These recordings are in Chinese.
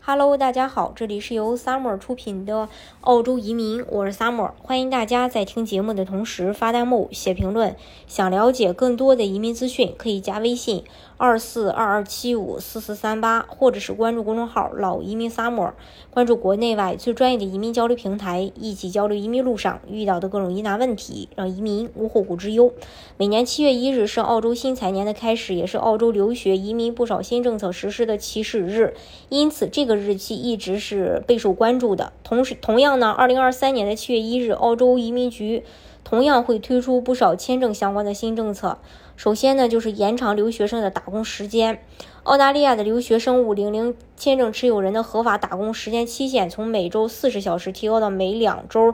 Hello， 大家好，这里是由 Summer 出品的澳洲移民，我是 Summer， 欢迎大家在听节目的同时发弹幕、写评论。想了解更多的移民资讯，可以加微信2422754438，或者是关注公众号老移民 Summer， 关注国内外最专业的移民交流平台，一起交流移民路上遇到的各种疑难问题，让移民无后顾之忧。每年7月1日是澳洲新财年的开始，也是澳洲留学移民不少新政策实施的起始日，因此这个日期一直是备受关注的。同样呢，2023年的7月1日，澳洲移民局同样会推出不少签证相关的新政策。首先呢，就是延长留学生的打工时间。澳大利亚的留学生500签证持有人的合法打工时间期限从每周40小时提高到每2周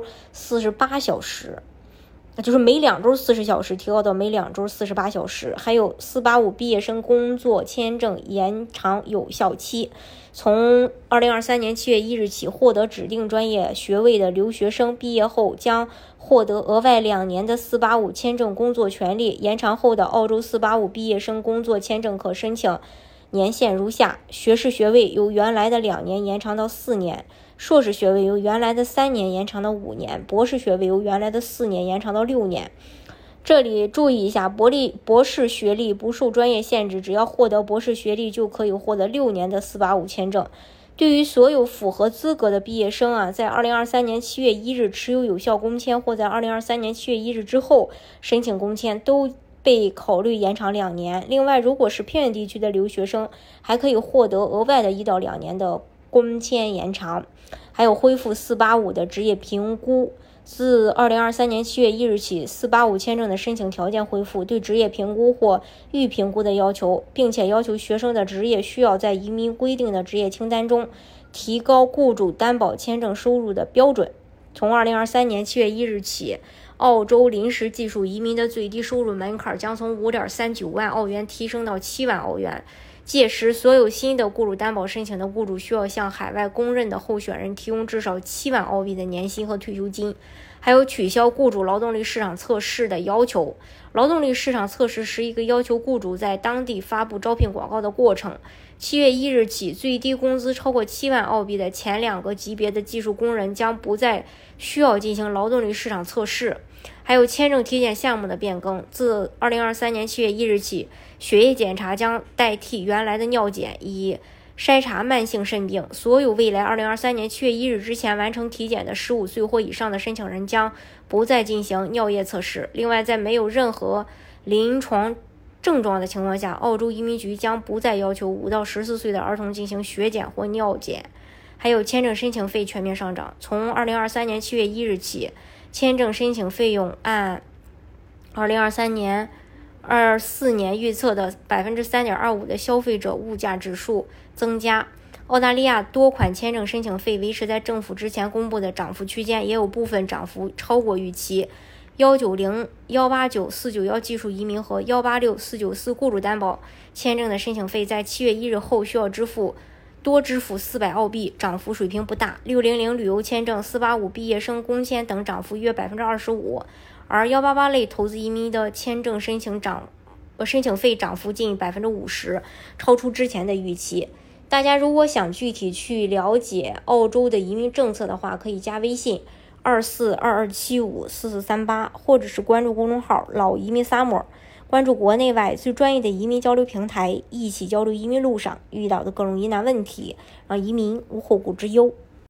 48小时。就是每2周40小时提高到每2周48小时。还有485毕业生工作签证延长有效期，从2023年7月1日起，获得指定专业学位的留学生毕业后将获得额外2年的485签证工作权利。延长后的澳洲485毕业生工作签证可申请年限如下：学士学位由原来的2年延长到4年，硕士学位由原来的3年延长到5年，博士学位由原来的4年延长到6年。这里注意一下，博士学历不受专业限制，只要获得博士学历就可以获得6年的485签证。对于所有符合资格的毕业生在2023年7月1日持有有效工签，或在2023年7月1日之后申请工签，都被考虑延长2年。另外，如果是偏远地区的留学生，还可以获得额外的1到2年的工签延长。还有恢复485的职业评估，自2023年7月1日起，485签证的申请条件恢复，对职业评估或预评估的要求，并且要求学生的职业需要在移民规定的职业清单中提高雇主担保签证收入的标准。从2023年7月1日起，澳洲临时技术移民的最低收入门槛将从 5.39 万澳元提升到7万澳元。届时，所有新的雇主担保申请的雇主需要向海外公认的候选人提供至少7万澳币的年薪和退休金。还有取消雇主劳动力市场测试的要求。劳动力市场测试是一个要求雇主在当地发布招聘广告的过程。7月1日起，最低工资超过7万澳币的前2个级别的技术工人将不再需要进行劳动力市场测试。还有签证体检项目的变更，自2023年7月1日起，血液检查将代替原来的尿检，以筛查慢性肾病。所有未来2023年7月1日之前完成体检的15岁或以上的申请人将不再进行尿液测试。另外，在没有任何临床症状的情况下，澳洲移民局将不再要求5到14岁的儿童进行血检或尿检。还有签证申请费全面上涨，从2023年7月1日起，签证申请费用按2023年24年预测的 3.25% 的消费者物价指数增加。澳大利亚多款签证申请费维持在政府之前公布的涨幅区间，也有部分涨幅超过预期。190、189、491技术移民和186、494雇主担保签证的申请费在7月1日后需要多支付400澳币，涨幅水平不大。600旅游签证、485毕业生工签等涨幅约 25%， 而188类投资移民的签证申请费涨幅近 50%， 超出之前的预期。大家如果想具体去了解澳洲的移民政策的话，可以加微信2422754438，或者是关注公众号老移民 Summer，关注国内外最专业的移民交流平台，一起交流移民路上遇到的各种疑难问题，让移民无后顾之忧。